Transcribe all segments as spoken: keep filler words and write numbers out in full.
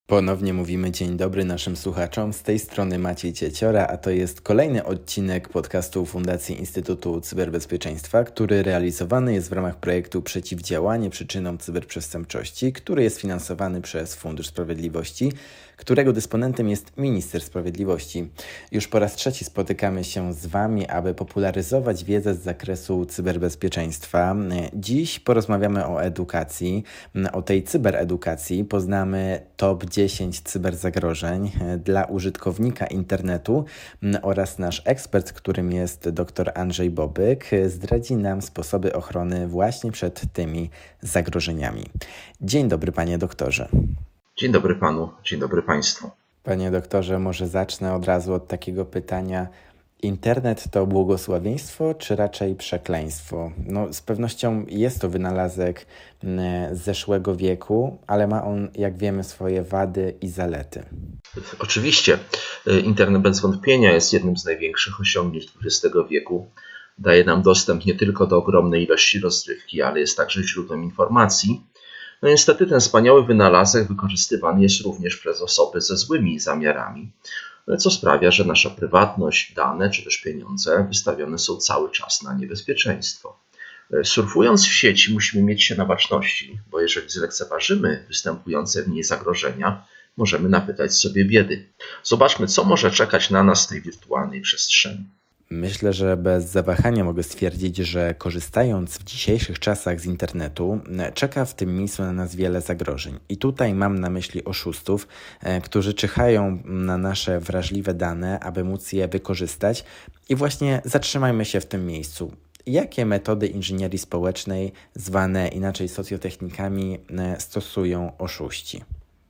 Ponownie mówimy dzień dobry naszym słuchaczom. Z tej strony Maciej Cieciora, a to jest kolejny odcinek podcastu Fundacji Instytutu Cyberbezpieczeństwa, który realizowany jest w ramach projektu Przeciwdziałanie przyczynom cyberprzestępczości, który jest finansowany przez Fundusz Sprawiedliwości, którego dysponentem jest Minister Sprawiedliwości. Już po raz trzeci spotykamy się z Wami, aby popularyzować wiedzę z zakresu cyberbezpieczeństwa. Dziś porozmawiamy o edukacji, o tej cyberedukacji. Poznamy top dziesięć cyberzagrożeń dla użytkownika internetu oraz nasz ekspert, którym jest dr Andrzej Bobyk, zdradzi nam sposoby ochrony właśnie przed tymi zagrożeniami. Dzień dobry, panie doktorze. Dzień dobry panu, dzień dobry państwu. Panie doktorze, może zacznę od razu od takiego pytania. Internet to błogosławieństwo, czy raczej przekleństwo? No, z pewnością jest to wynalazek z zeszłego wieku, ale ma on, jak wiemy, swoje wady i zalety. Oczywiście, internet bez wątpienia jest jednym z największych osiągnięć dwudziestego wieku. Daje nam dostęp nie tylko do ogromnej ilości rozrywki, ale jest także źródłem informacji. No niestety ten wspaniały wynalazek wykorzystywany jest również przez osoby ze złymi zamiarami, co sprawia, że nasza prywatność, dane czy też pieniądze wystawione są cały czas na niebezpieczeństwo. Surfując w sieci musimy mieć się na baczności, bo jeżeli zlekceważymy występujące w niej zagrożenia, możemy napytać sobie biedy. Zobaczmy, co może czekać na nas w tej wirtualnej przestrzeni. Myślę, że bez zawahania mogę stwierdzić, że korzystając w dzisiejszych czasach z internetu, czeka w tym miejscu na nas wiele zagrożeń. I tutaj mam na myśli oszustów, którzy czyhają na nasze wrażliwe dane, aby móc je wykorzystać. I właśnie zatrzymajmy się w tym miejscu. Jakie metody inżynierii społecznej, zwane inaczej socjotechnikami, stosują oszuści?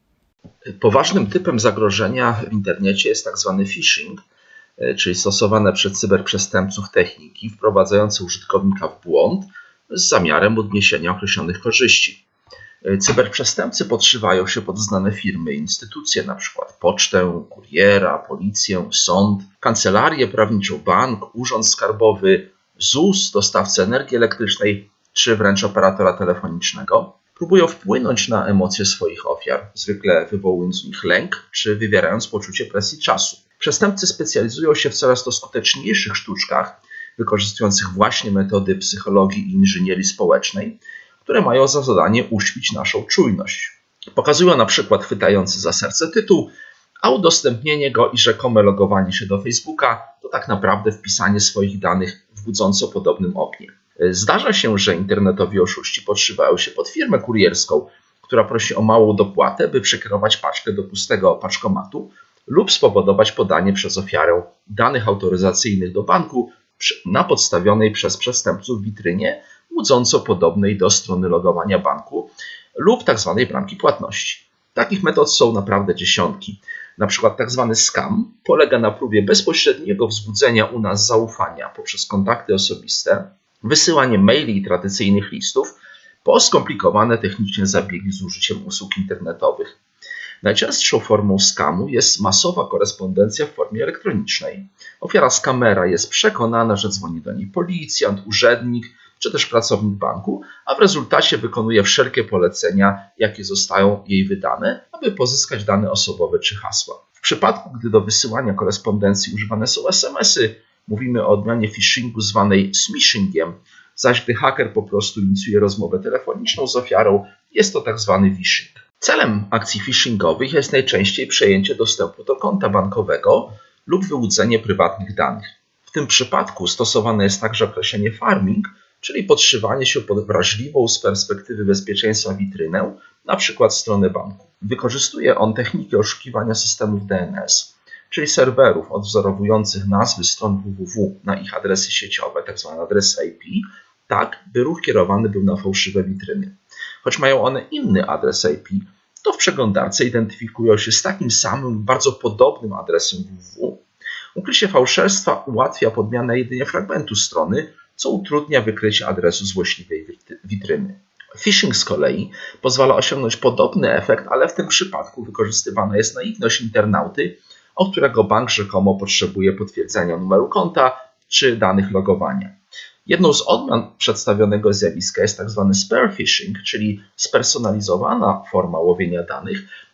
Poważnym typem zagrożenia w internecie jest tak zwany phishing, czyli stosowane przez cyberprzestępców techniki wprowadzające użytkownika w błąd z zamiarem odniesienia określonych korzyści. Cyberprzestępcy podszywają się pod znane firmy i instytucje, np. pocztę, kuriera, policję, sąd, kancelarię prawniczą, bank, urząd skarbowy, Z U S, dostawcę energii elektrycznej czy wręcz operatora telefonicznego. Próbują wpłynąć na emocje swoich ofiar, zwykle wywołując w nich lęk czy wywierając poczucie presji czasu. Przestępcy specjalizują się w coraz to skuteczniejszych sztuczkach, wykorzystujących właśnie metody psychologii i inżynierii społecznej, które mają za zadanie uśpić naszą czujność. Pokazują na przykład chwytający za serce tytuł, a udostępnienie go i rzekome logowanie się do Facebooka to tak naprawdę wpisanie swoich danych w budząco podobnym oknie. Zdarza się, że internetowi oszuści podszywają się pod firmę kurierską, która prosi o małą dopłatę, by przekierować paczkę do pustego paczkomatu lub spowodować podanie przez ofiarę danych autoryzacyjnych do banku na podstawionej przez przestępców witrynie budząco podobnej do strony logowania banku lub tzw. bramki płatności. Takich metod są naprawdę dziesiątki. Na przykład tzw. scam polega na próbie bezpośredniego wzbudzenia u nas zaufania poprzez kontakty osobiste, wysyłanie maili i tradycyjnych listów po skomplikowane technicznie zabiegi z użyciem usług internetowych. Najczęstszą formą skamu jest masowa korespondencja w formie elektronicznej. Ofiara skamera jest przekonana, że dzwoni do niej policjant, urzędnik czy też pracownik banku, a w rezultacie wykonuje wszelkie polecenia, jakie zostają jej wydane, aby pozyskać dane osobowe czy hasła. W przypadku, gdy do wysyłania korespondencji używane są es em esy, mówimy o odmianie phishingu zwanej smishingiem, zaś gdy haker po prostu inicjuje rozmowę telefoniczną z ofiarą, jest to tzw. vishing. Celem akcji phishingowych jest najczęściej przejęcie dostępu do konta bankowego lub wyłudzenie prywatnych danych. W tym przypadku stosowane jest także określenie farming, czyli podszywanie się pod wrażliwą z perspektywy bezpieczeństwa witrynę, np. stronę banku. Wykorzystuje on techniki oszukiwania systemów D N S, czyli serwerów odwzorowujących nazwy stron www na ich adresy sieciowe, tzw. adresy I P, tak by ruch kierowany był na fałszywe witryny. Choć mają one inny adres I P, to w przeglądarce identyfikują się z takim samym, bardzo podobnym adresem www. Ukrycie fałszerstwa ułatwia podmianę jedynie fragmentu strony, co utrudnia wykrycie adresu złośliwej witryny. Phishing z kolei pozwala osiągnąć podobny efekt, ale w tym przypadku wykorzystywana jest naiwność internauty, od którego bank rzekomo potrzebuje potwierdzenia numeru konta czy danych logowania. Jedną z odmian przedstawionego zjawiska jest tzw. spear phishing, czyli spersonalizowana forma łowienia danych,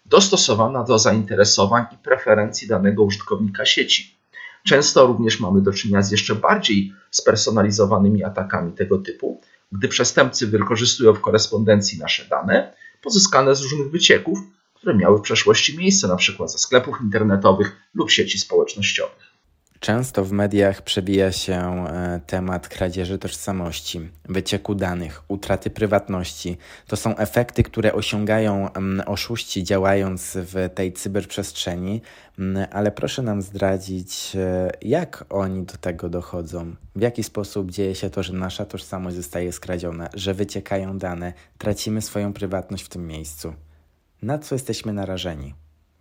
dostosowana do zainteresowań i preferencji danego użytkownika sieci. Często również mamy do czynienia z jeszcze bardziej spersonalizowanymi atakami tego typu, gdy przestępcy wykorzystują w korespondencji nasze dane pozyskane z różnych wycieków, które miały w przeszłości miejsce np. ze sklepów internetowych lub sieci społecznościowych. Często w mediach przewija się temat kradzieży tożsamości, wycieku danych, utraty prywatności. To są efekty, które osiągają oszuści działając w tej cyberprzestrzeni, ale proszę nam zdradzić, jak oni do tego dochodzą, w jaki sposób dzieje się to, że nasza tożsamość zostaje skradziona, że wyciekają dane, tracimy swoją prywatność w tym miejscu. Na co jesteśmy narażeni?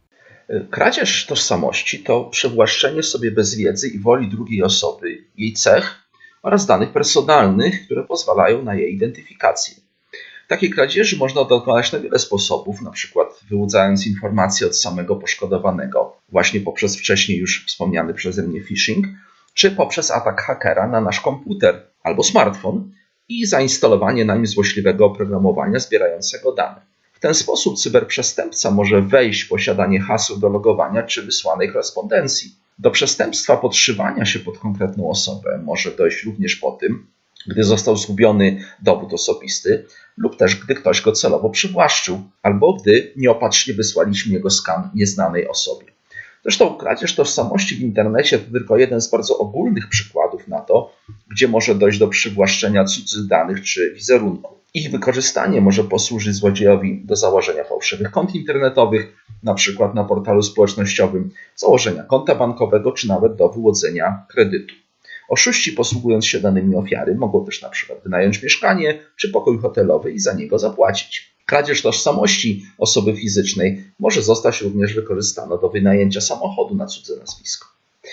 Kradzież tożsamości to przywłaszczenie sobie bez wiedzy i woli drugiej osoby, jej cech oraz danych personalnych, które pozwalają na jej identyfikację. Takiej kradzieży można dokonać na wiele sposobów, np. wyłudzając informacje od samego poszkodowanego, właśnie poprzez wcześniej już wspomniany przeze mnie phishing, czy poprzez atak hakera na nasz komputer albo smartfon i zainstalowanie na nim złośliwego oprogramowania zbierającego dane. W ten sposób cyberprzestępca może wejść w posiadanie haseł do logowania czy wysłanej korespondencji. Do przestępstwa podszywania się pod konkretną osobę może dojść również po tym, gdy został zgubiony dowód osobisty lub też gdy ktoś go celowo przywłaszczył, albo gdy nieopatrznie wysłaliśmy jego skan nieznanej osobie. Zresztą kradzież tożsamości w internecie to tylko jeden z bardzo ogólnych przykładów na to, gdzie może dojść do przywłaszczenia cudzych danych czy wizerunku. Ich wykorzystanie może posłużyć złodziejowi do założenia fałszywych kont internetowych, np. na portalu społecznościowym, założenia konta bankowego czy nawet do wyłudzenia kredytu. Oszuści, posługując się danymi ofiary, mogą też np. wynająć mieszkanie czy pokój hotelowy i za niego zapłacić. Kradzież tożsamości osoby fizycznej może zostać również wykorzystana do wynajęcia samochodu na cudze nazwisko.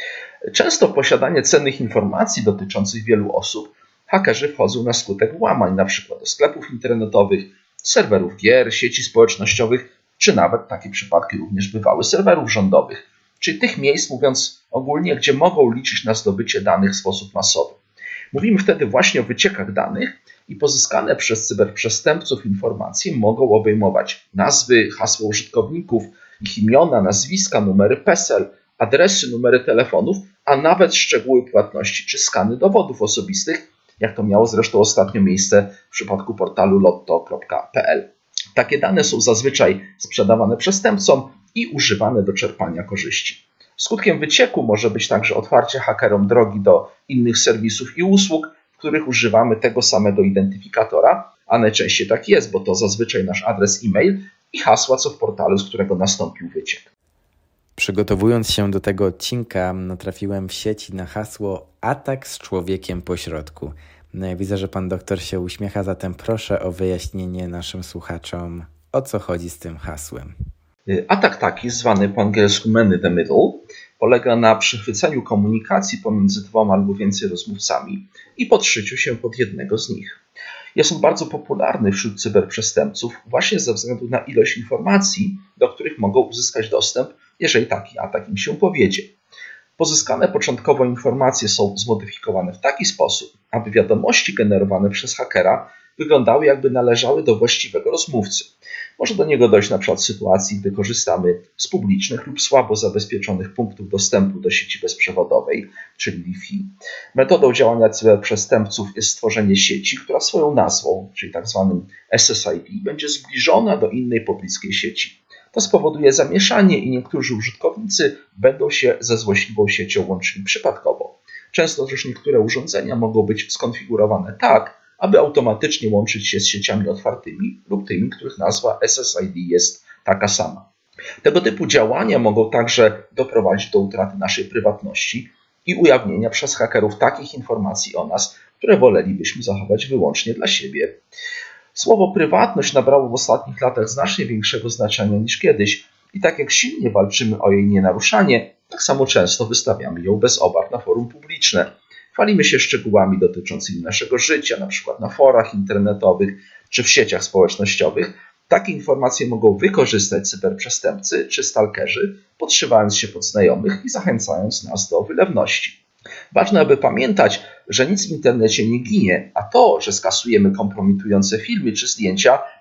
Często w posiadanie cennych informacji dotyczących wielu osób hakerzy wchodzą na skutek włamań, np. do sklepów internetowych, serwerów gier, sieci społecznościowych, czy nawet takie przypadki również bywały serwerów rządowych, czyli tych miejsc, mówiąc ogólnie, gdzie mogą liczyć na zdobycie danych w sposób masowy. Mówimy wtedy właśnie o wyciekach danych i pozyskane przez cyberprzestępców informacje mogą obejmować nazwy, hasła użytkowników, ich imiona, nazwiska, numery PESEL, adresy, numery telefonów, a nawet szczegóły płatności czy skany dowodów osobistych, jak to miało zresztą ostatnio miejsce w przypadku portalu lotto kropka p l. Takie dane są zazwyczaj sprzedawane przestępcom i używane do czerpania korzyści. Skutkiem wycieku może być także otwarcie hakerom drogi do innych serwisów i usług, w których używamy tego samego identyfikatora, a najczęściej tak jest, bo to zazwyczaj nasz adres e-mail i hasła, co w portalu, z którego nastąpił wyciek. Przygotowując się do tego odcinka, natrafiłem w sieci na hasło atak z człowiekiem pośrodku. Widzę, że pan doktor się uśmiecha, zatem proszę o wyjaśnienie naszym słuchaczom, o co chodzi z tym hasłem. Atak taki, zwany po angielsku man in the middle, polega na przechwyceniu komunikacji pomiędzy dwoma albo więcej rozmówcami i podszyciu się pod jednego z nich. Jest on bardzo popularny wśród cyberprzestępców właśnie ze względu na ilość informacji, do których mogą uzyskać dostęp, jeżeli taki atak im się powiedzie. Pozyskane początkowo informacje są zmodyfikowane w taki sposób, aby wiadomości generowane przez hakera wyglądały, jakby należały do właściwego rozmówcy. Może do niego dojść np. w sytuacji, gdy korzystamy z publicznych lub słabo zabezpieczonych punktów dostępu do sieci bezprzewodowej, czyli Wi-Fi. Metodą działania cyberprzestępców jest stworzenie sieci, która swoją nazwą, czyli tzw. S S I D, będzie zbliżona do innej pobliskiej sieci. To spowoduje zamieszanie i niektórzy użytkownicy będą się ze złośliwą siecią łączyli przypadkowo. Często też niektóre urządzenia mogą być skonfigurowane tak, aby automatycznie łączyć się z sieciami otwartymi lub tymi, których nazwa S S I D jest taka sama. Tego typu działania mogą także doprowadzić do utraty naszej prywatności i ujawnienia przez hakerów takich informacji o nas, które wolelibyśmy zachować wyłącznie dla siebie. Słowo prywatność nabrało w ostatnich latach znacznie większego znaczenia niż kiedyś i tak jak silnie walczymy o jej nienaruszanie, tak samo często wystawiamy ją bez obaw na forum publiczne. Chwalimy się szczegółami dotyczącymi naszego życia, np. na forach internetowych czy w sieciach społecznościowych. Takie informacje mogą wykorzystać cyberprzestępcy czy stalkerzy, podszywając się pod znajomych i zachęcając nas do wylewności. Ważne, aby pamiętać, że nic w internecie nie ginie, a to, że skasujemy kompromitujące filmy czy zdjęcia,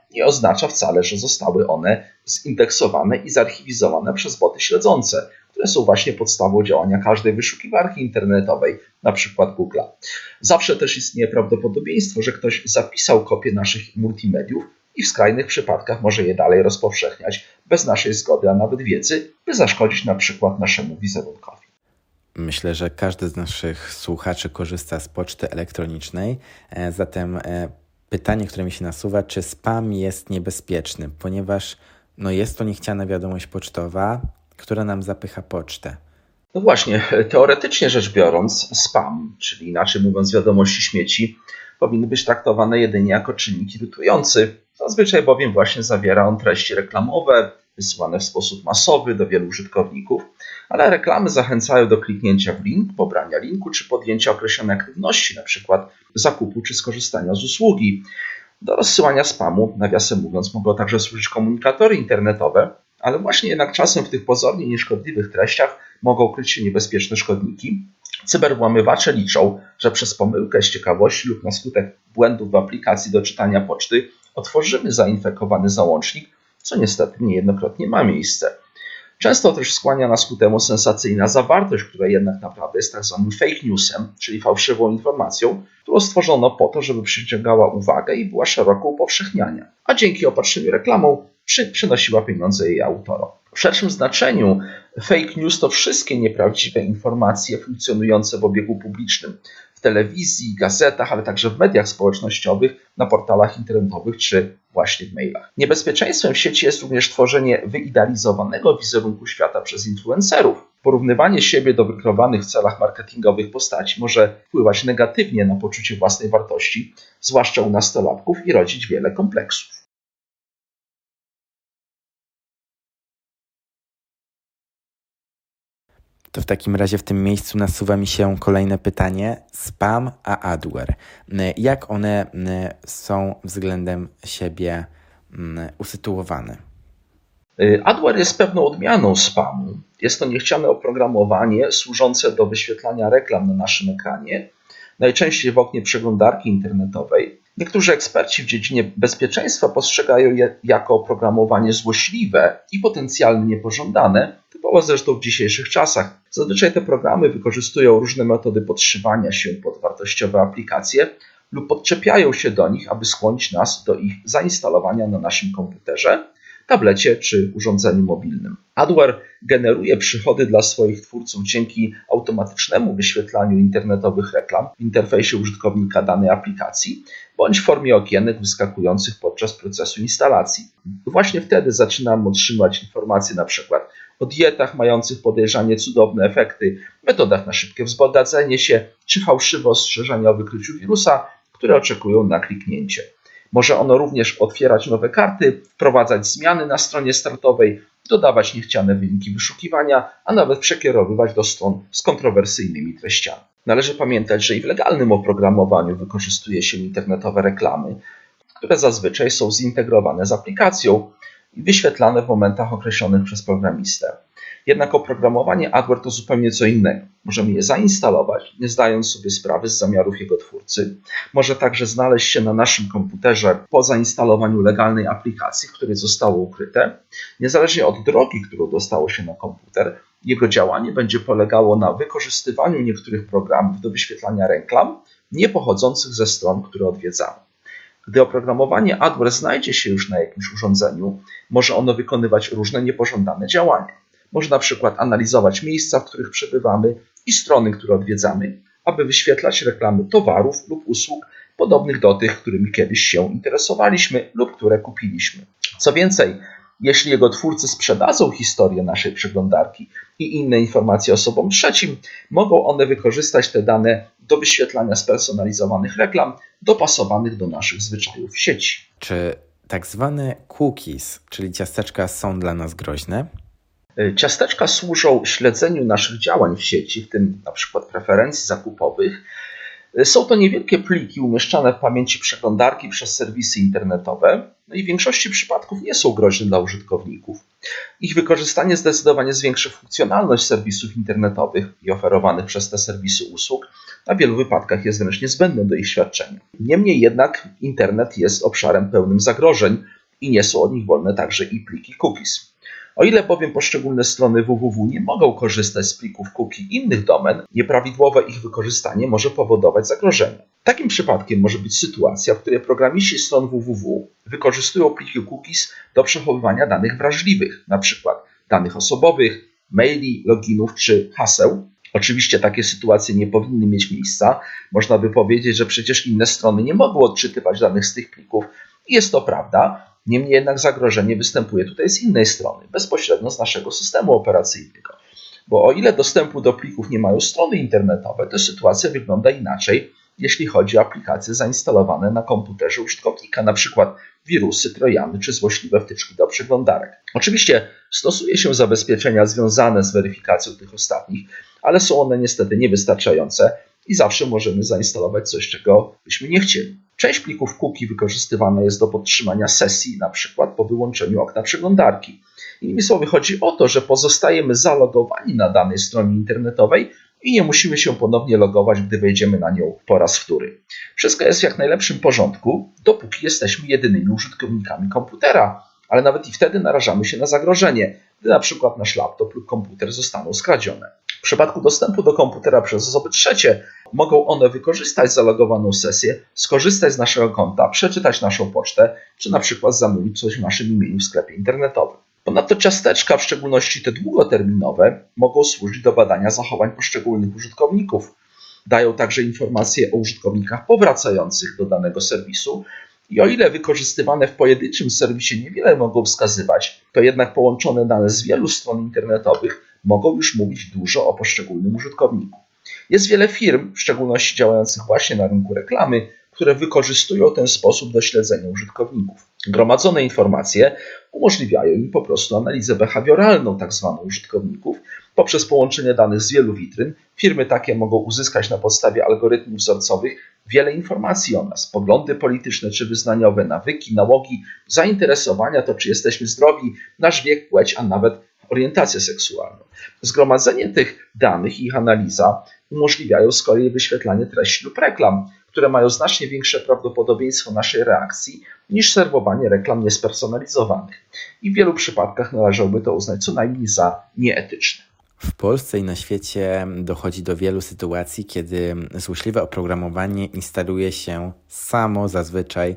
nie oznacza wcale, że zostały one zindeksowane i zarchiwizowane przez boty śledzące, które są właśnie podstawą działania każdej wyszukiwarki internetowej, na przykład Google'a. Zawsze też istnieje prawdopodobieństwo, że ktoś zapisał kopię naszych multimediów i w skrajnych przypadkach może je dalej rozpowszechniać bez naszej zgody, a nawet wiedzy, by zaszkodzić na przykład naszemu wizerunkowi. Myślę, że każdy z naszych słuchaczy korzysta z poczty elektronicznej, zatem pytanie, które mi się nasuwa, czy spam jest niebezpieczny, ponieważ no jest to niechciana wiadomość pocztowa, która nam zapycha pocztę. No właśnie, teoretycznie rzecz biorąc, spam, czyli inaczej mówiąc wiadomości śmieci, powinny być traktowane jedynie jako czynnik irytujący. Zazwyczaj bowiem właśnie zawiera on treści reklamowe, wysyłane w sposób masowy do wielu użytkowników, ale reklamy zachęcają do kliknięcia w link, pobrania linku czy podjęcia określonej aktywności, np. zakupu czy skorzystania z usługi. Do rozsyłania spamu, nawiasem mówiąc, mogą także służyć komunikatory internetowe, ale właśnie jednak czasem w tych pozornie nieszkodliwych treściach mogą kryć się niebezpieczne szkodniki. Cyberwłamywacze liczą, że przez pomyłkę z ciekawości lub na skutek błędów w aplikacji do czytania poczty otworzymy zainfekowany załącznik, co niestety niejednokrotnie ma miejsce. Często też skłania nas ku temu sensacyjna zawartość, która jednak naprawdę jest tak zwanym fake newsem, czyli fałszywą informacją, którą stworzono po to, żeby przyciągała uwagę i była szeroko upowszechniania, a dzięki opatrzeniu reklamą przy, przynosiła pieniądze jej autorom. W szerszym znaczeniu fake news to wszystkie nieprawdziwe informacje funkcjonujące w obiegu publicznym, w telewizji, gazetach, ale także w mediach społecznościowych, na portalach internetowych czy właśnie w mailach. Niebezpieczeństwem w sieci jest również tworzenie wyidealizowanego wizerunku świata przez influencerów. Porównywanie siebie do wykreowanych w celach marketingowych postaci może wpływać negatywnie na poczucie własnej wartości, zwłaszcza u nastolatków, i rodzić wiele kompleksów. To w takim razie w tym miejscu nasuwa mi się kolejne pytanie. Spam a adware. Jak one są względem siebie usytuowane? Adware jest pewną odmianą spamu. Jest to niechciane oprogramowanie służące do wyświetlania reklam na naszym ekranie, najczęściej w oknie przeglądarki internetowej. Niektórzy eksperci w dziedzinie bezpieczeństwa postrzegają je jako oprogramowanie złośliwe i potencjalnie niepożądane, typowo zresztą w dzisiejszych czasach. Zazwyczaj te programy wykorzystują różne metody podszywania się pod wartościowe aplikacje lub podczepiają się do nich, aby skłonić nas do ich zainstalowania na naszym komputerze, tablecie czy urządzeniu mobilnym. Adware generuje przychody dla swoich twórców dzięki automatycznemu wyświetlaniu internetowych reklam w interfejsie użytkownika danej aplikacji bądź w formie okienek wyskakujących podczas procesu instalacji. Właśnie wtedy zaczynamy otrzymywać informacje np. o dietach mających podejrzanie cudowne efekty, metodach na szybkie wzbogacenie się czy fałszywe ostrzeżenia o wykryciu wirusa, które oczekują na kliknięcie. Może ono również otwierać nowe karty, wprowadzać zmiany na stronie startowej, dodawać niechciane wyniki wyszukiwania, a nawet przekierowywać do stron z kontrowersyjnymi treściami. Należy pamiętać, że i w legalnym oprogramowaniu wykorzystuje się internetowe reklamy, które zazwyczaj są zintegrowane z aplikacją i wyświetlane w momentach określonych przez programistę. Jednak oprogramowanie adware to zupełnie co innego. Możemy je zainstalować, nie zdając sobie sprawy z zamiarów jego twórcy. Może także znaleźć się na naszym komputerze po zainstalowaniu legalnej aplikacji, w której zostało ukryte. Niezależnie od drogi, którą dostało się na komputer, jego działanie będzie polegało na wykorzystywaniu niektórych programów do wyświetlania reklam nie pochodzących ze stron, które odwiedzamy. Gdy oprogramowanie adware znajdzie się już na jakimś urządzeniu, może ono wykonywać różne niepożądane działania. Może na przykład analizować miejsca, w których przebywamy i strony, które odwiedzamy, aby wyświetlać reklamy towarów lub usług podobnych do tych, którymi kiedyś się interesowaliśmy lub które kupiliśmy. Co więcej, jeśli jego twórcy sprzedadzą historię naszej przeglądarki i inne informacje osobom trzecim, mogą one wykorzystać te dane do wyświetlania spersonalizowanych reklam dopasowanych do naszych zwyczajów w sieci. Czy tak zwane cookies, czyli ciasteczka, są dla nas groźne? Ciasteczka służą śledzeniu naszych działań w sieci, w tym np. preferencji zakupowych. Są to niewielkie pliki umieszczane w pamięci przeglądarki przez serwisy internetowe, no i w większości przypadków nie są groźne dla użytkowników. Ich wykorzystanie zdecydowanie zwiększy funkcjonalność serwisów internetowych i oferowanych przez te serwisy usług, a w wielu wypadkach jest wręcz niezbędne do ich świadczenia. Niemniej jednak internet jest obszarem pełnym zagrożeń i nie są od nich wolne także i pliki cookies. O ile bowiem poszczególne strony www nie mogą korzystać z plików cookie innych domen, nieprawidłowe ich wykorzystanie może powodować zagrożenia. Takim przypadkiem może być sytuacja, w której programiści stron www wykorzystują pliki cookies do przechowywania danych wrażliwych, np. danych osobowych, maili, loginów czy haseł. Oczywiście takie sytuacje nie powinny mieć miejsca. Można by powiedzieć, że przecież inne strony nie mogą odczytywać danych z tych plików i jest to prawda. Niemniej jednak zagrożenie występuje tutaj z innej strony, bezpośrednio z naszego systemu operacyjnego. Bo o ile dostępu do plików nie mają strony internetowe, to sytuacja wygląda inaczej, jeśli chodzi o aplikacje zainstalowane na komputerze użytkownika, np. wirusy, trojany czy złośliwe wtyczki do przeglądarek. Oczywiście stosuje się zabezpieczenia związane z weryfikacją tych ostatnich, ale są one niestety niewystarczające i zawsze możemy zainstalować coś, czego byśmy nie chcieli. Część plików cookie wykorzystywana jest do podtrzymania sesji, np. po wyłączeniu okna przeglądarki. Innymi słowy, chodzi o to, że pozostajemy zalogowani na danej stronie internetowej i nie musimy się ponownie logować, gdy wejdziemy na nią po raz wtóry. Wszystko jest w jak najlepszym porządku, dopóki jesteśmy jedynymi użytkownikami komputera, ale nawet i wtedy narażamy się na zagrożenie, gdy na przykład nasz laptop lub komputer zostaną skradzione. W przypadku dostępu do komputera przez osoby trzecie mogą one wykorzystać zalogowaną sesję, skorzystać z naszego konta, przeczytać naszą pocztę, czy na przykład zamówić coś w naszym imieniu w sklepie internetowym. Ponadto ciasteczka, w szczególności te długoterminowe, mogą służyć do badania zachowań poszczególnych użytkowników. Dają także informacje o użytkownikach powracających do danego serwisu i o ile wykorzystywane w pojedynczym serwisie niewiele mogą wskazywać, to jednak połączone dane z wielu stron internetowych mogą już mówić dużo o poszczególnym użytkowniku. Jest wiele firm, w szczególności działających właśnie na rynku reklamy, które wykorzystują ten sposób do śledzenia użytkowników. Gromadzone informacje umożliwiają im po prostu analizę behawioralną tzw. użytkowników. Poprzez połączenie danych z wielu witryn firmy takie mogą uzyskać na podstawie algorytmów wzorcowych wiele informacji o nas. Poglądy polityczne czy wyznaniowe, nawyki, nałogi, zainteresowania, to czy jesteśmy zdrowi, nasz wiek, płeć, a nawet orientację seksualną. Zgromadzenie tych danych i ich analiza umożliwiają z kolei wyświetlanie treści lub reklam, które mają znacznie większe prawdopodobieństwo naszej reakcji niż serwowanie reklam niespersonalizowanych. I w wielu przypadkach należałoby to uznać co najmniej za nieetyczne. W Polsce i na świecie dochodzi do wielu sytuacji, kiedy złośliwe oprogramowanie instaluje się samo zazwyczaj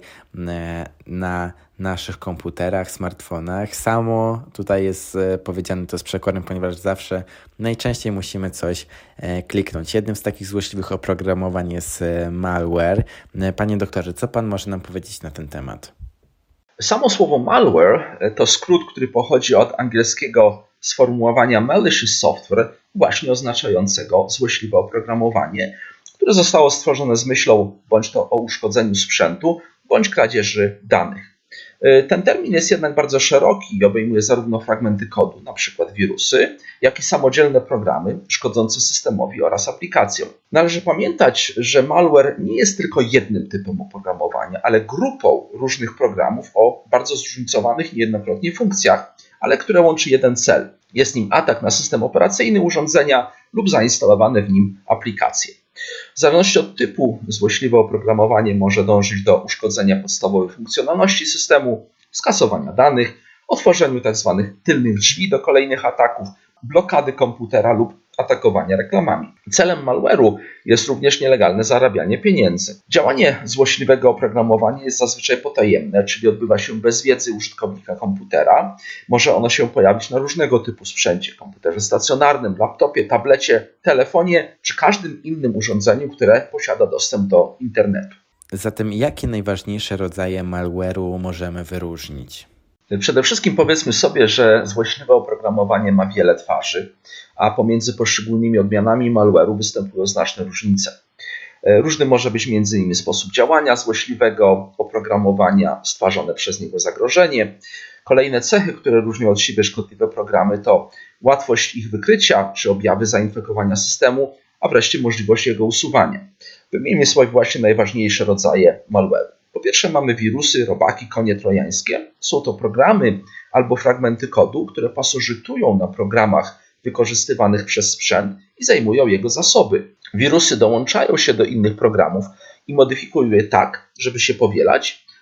na naszych komputerach, smartfonach. Samo tutaj jest powiedziane to z przekładem, ponieważ zawsze najczęściej musimy coś kliknąć. Jednym z takich złośliwych oprogramowań jest malware. Panie doktorze, co pan może nam powiedzieć na ten temat? Samo słowo malware to skrót, który pochodzi od angielskiego sformułowania malicious software, właśnie oznaczającego złośliwe oprogramowanie, które zostało stworzone z myślą bądź to o uszkodzeniu sprzętu, bądź kradzieży danych. Ten termin jest jednak bardzo szeroki i obejmuje zarówno fragmenty kodu, np. wirusy, jak i samodzielne programy szkodzące systemowi oraz aplikacjom. Należy pamiętać, że malware nie jest tylko jednym typem oprogramowania, ale grupą różnych programów o bardzo zróżnicowanych niejednokrotnie funkcjach, ale które łączy jeden cel. Jest nim atak na system operacyjny urządzenia lub zainstalowane w nim aplikacje. W zależności od typu złośliwe oprogramowanie może dążyć do uszkodzenia podstawowych funkcjonalności systemu, skasowania danych, otworzeniu tzw. tylnych drzwi do kolejnych ataków, blokady komputera lub atakowania reklamami. Celem malware'u jest również nielegalne zarabianie pieniędzy. Działanie złośliwego oprogramowania jest zazwyczaj potajemne, czyli odbywa się bez wiedzy użytkownika komputera. Może ono się pojawić na różnego typu sprzęcie, komputerze stacjonarnym, laptopie, tablecie, telefonie czy każdym innym urządzeniu, które posiada dostęp do internetu. Zatem jakie najważniejsze rodzaje malware'u możemy wyróżnić? Przede wszystkim powiedzmy sobie, że złośliwe oprogramowanie ma wiele twarzy, a pomiędzy poszczególnymi odmianami malware'u występują znaczne różnice. Różny może być między innymi sposób działania złośliwego oprogramowania, stwarzane przez niego zagrożenie. Kolejne cechy, które różnią od siebie szkodliwe programy, to łatwość ich wykrycia czy objawy zainfekowania systemu, a wreszcie możliwość jego usuwania. Wymieńmy sobie właśnie najważniejsze rodzaje malware'u. Po pierwsze mamy wirusy, robaki, konie trojańskie. Są to programy albo fragmenty kodu, które pasożytują na programach wykorzystywanych przez sprzęt i zajmują jego zasoby. Wirusy dołączają się do innych programów i modyfikują je tak, żeby się powielać,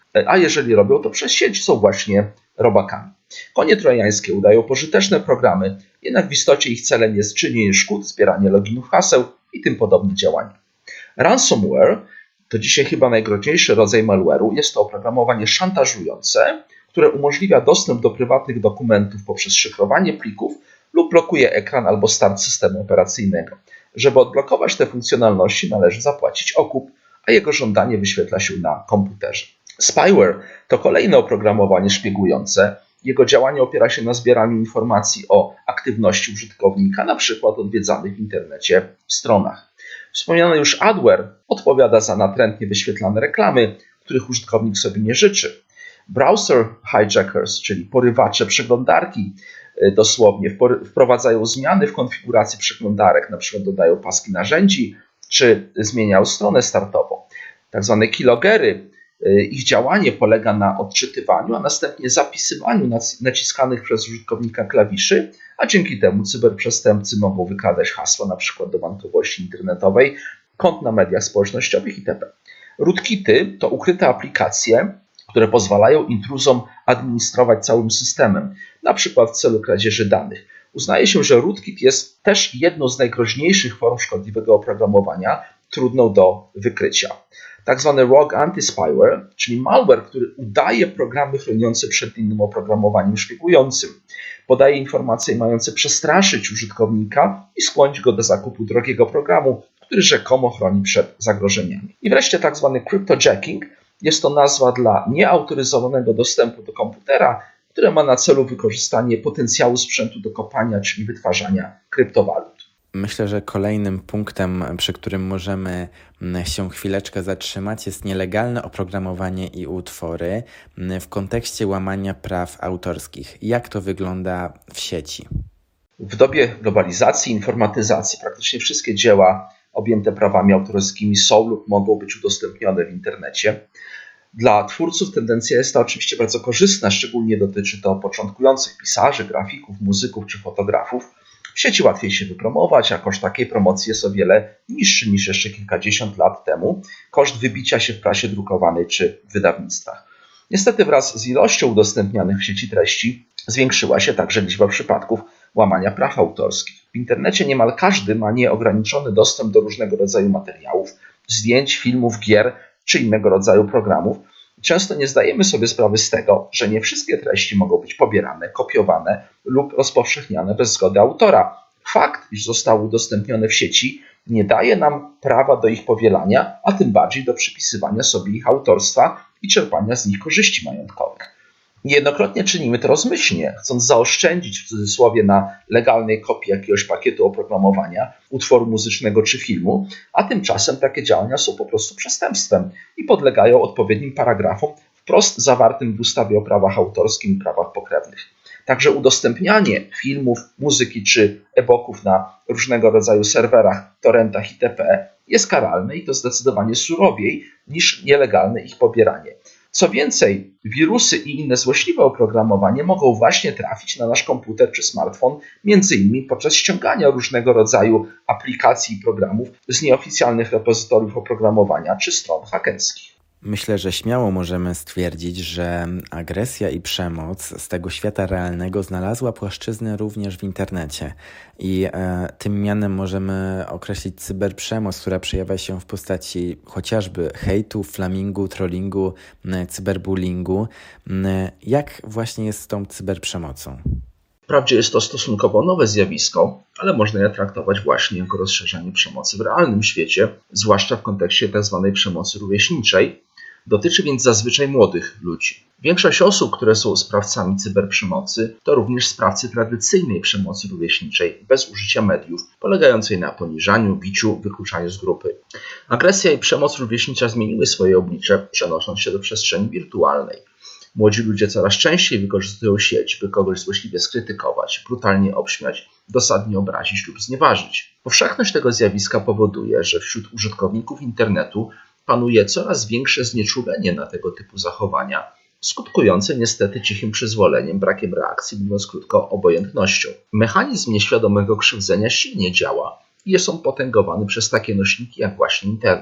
a jeżeli robią to przez sieć, są właśnie robakami. Konie trojańskie udają pożyteczne programy, jednak w istocie ich celem jest czynienie szkód, zbieranie loginów haseł i tym podobne działania. Ransomware to dzisiaj chyba najgroźniejszy rodzaj malware'u. Jest to oprogramowanie szantażujące, które umożliwia dostęp do prywatnych dokumentów poprzez szyfrowanie plików lub blokuje ekran albo start systemu operacyjnego. Żeby odblokować te funkcjonalności, należy zapłacić okup, a jego żądanie wyświetla się na komputerze. Spyware to kolejne oprogramowanie szpiegujące. Jego działanie opiera się na zbieraniu informacji o aktywności użytkownika, na przykład odwiedzanych w internecie stronach. Wspomniany już adware odpowiada za natrętnie wyświetlane reklamy, których użytkownik sobie nie życzy. Browser hijackers, czyli porywacze przeglądarki, dosłownie wprowadzają zmiany w konfiguracji przeglądarek, np. dodają paski narzędzi, czy zmieniają stronę startową. Tak zwane keylogery, ich działanie polega na odczytywaniu, a następnie zapisywaniu naciskanych przez użytkownika klawiszy, a dzięki temu cyberprzestępcy mogą wykradać hasła np. do bankowości internetowej, kont na mediach społecznościowych itp. Rootkity to ukryte aplikacje, które pozwalają intruzom administrować całym systemem, np. w celu kradzieży danych. Uznaje się, że rootkit jest też jedną z najgroźniejszych form szkodliwego oprogramowania, trudną do wykrycia. Tak zwany rogue anti-spyware, czyli malware, który udaje programy chroniące przed innym oprogramowaniem szpiegującym. Podaje informacje mające przestraszyć użytkownika i skłonić go do zakupu drogiego programu, który rzekomo chroni przed zagrożeniami. I wreszcie tak zwany cryptojacking. Jest to nazwa dla nieautoryzowanego dostępu do komputera, które ma na celu wykorzystanie potencjału sprzętu do kopania, czyli wytwarzania kryptowalut. Myślę, że kolejnym punktem, przy którym możemy się chwileczkę zatrzymać, jest nielegalne oprogramowanie i utwory w kontekście łamania praw autorskich. Jak to wygląda w sieci? W dobie globalizacji, informatyzacji praktycznie wszystkie dzieła objęte prawami autorskimi są lub mogą być udostępnione w internecie. Dla twórców tendencja jest ta oczywiście bardzo korzystna, szczególnie dotyczy to początkujących pisarzy, grafików, muzyków czy fotografów. W sieci łatwiej się wypromować, a koszt takiej promocji jest o wiele niższy niż jeszcze kilkadziesiąt lat temu. Koszt wybicia się w prasie drukowanej czy w wydawnictwach. Niestety wraz z ilością udostępnianych w sieci treści zwiększyła się także liczba przypadków łamania praw autorskich. W internecie niemal każdy ma nieograniczony dostęp do różnego rodzaju materiałów, zdjęć, filmów, gier czy innego rodzaju programów. Często nie zdajemy sobie sprawy z tego, że nie wszystkie treści mogą być pobierane, kopiowane lub rozpowszechniane bez zgody autora. Fakt, iż zostały udostępnione w sieci, nie daje nam prawa do ich powielania, a tym bardziej do przypisywania sobie ich autorstwa i czerpania z nich korzyści majątkowych. Niejednokrotnie czynimy to rozmyślnie, chcąc zaoszczędzić w cudzysłowie na legalnej kopii jakiegoś pakietu oprogramowania, utworu muzycznego czy filmu, a tymczasem takie działania są po prostu przestępstwem i podlegają odpowiednim paragrafom wprost zawartym w ustawie o prawach autorskim i prawach pokrewnych. Także udostępnianie filmów, muzyki czy e-booków na różnego rodzaju serwerach, torrentach itp. jest karalne i to zdecydowanie surowiej niż nielegalne ich pobieranie. Co więcej, wirusy i inne złośliwe oprogramowanie mogą właśnie trafić na nasz komputer czy smartfon, między innymi podczas ściągania różnego rodzaju aplikacji i programów z nieoficjalnych repozytoriów oprogramowania czy stron hakerskich. Myślę, że śmiało możemy stwierdzić, że agresja i przemoc z tego świata realnego znalazła płaszczyznę również w internecie. I e, tym mianem możemy określić cyberprzemoc, która przejawia się w postaci chociażby hejtu, flamingu, trollingu, e, cyberbullyingu. E, jak właśnie jest z tą cyberprzemocą? Wprawdzie jest to stosunkowo nowe zjawisko, ale można je traktować właśnie jako rozszerzenie przemocy w realnym świecie, zwłaszcza w kontekście tzw. przemocy rówieśniczej. Dotyczy więc zazwyczaj młodych ludzi. Większość osób, które są sprawcami cyberprzemocy, to również sprawcy tradycyjnej przemocy rówieśniczej bez użycia mediów, polegającej na poniżaniu, biciu, wykluczaniu z grupy. Agresja i przemoc rówieśnicza zmieniły swoje oblicze, przenosząc się do przestrzeni wirtualnej. Młodzi ludzie coraz częściej wykorzystują sieć, by kogoś złośliwie skrytykować, brutalnie obśmiać, dosadnie obrazić lub znieważyć. Powszechność tego zjawiska powoduje, że wśród użytkowników internetu panuje coraz większe znieczulenie na tego typu zachowania, skutkujące niestety cichym przyzwoleniem, brakiem reakcji, mówiąc krótko, obojętnością. Mechanizm nieświadomego krzywdzenia silnie działa i jest on potęgowany przez takie nośniki jak właśnie internet.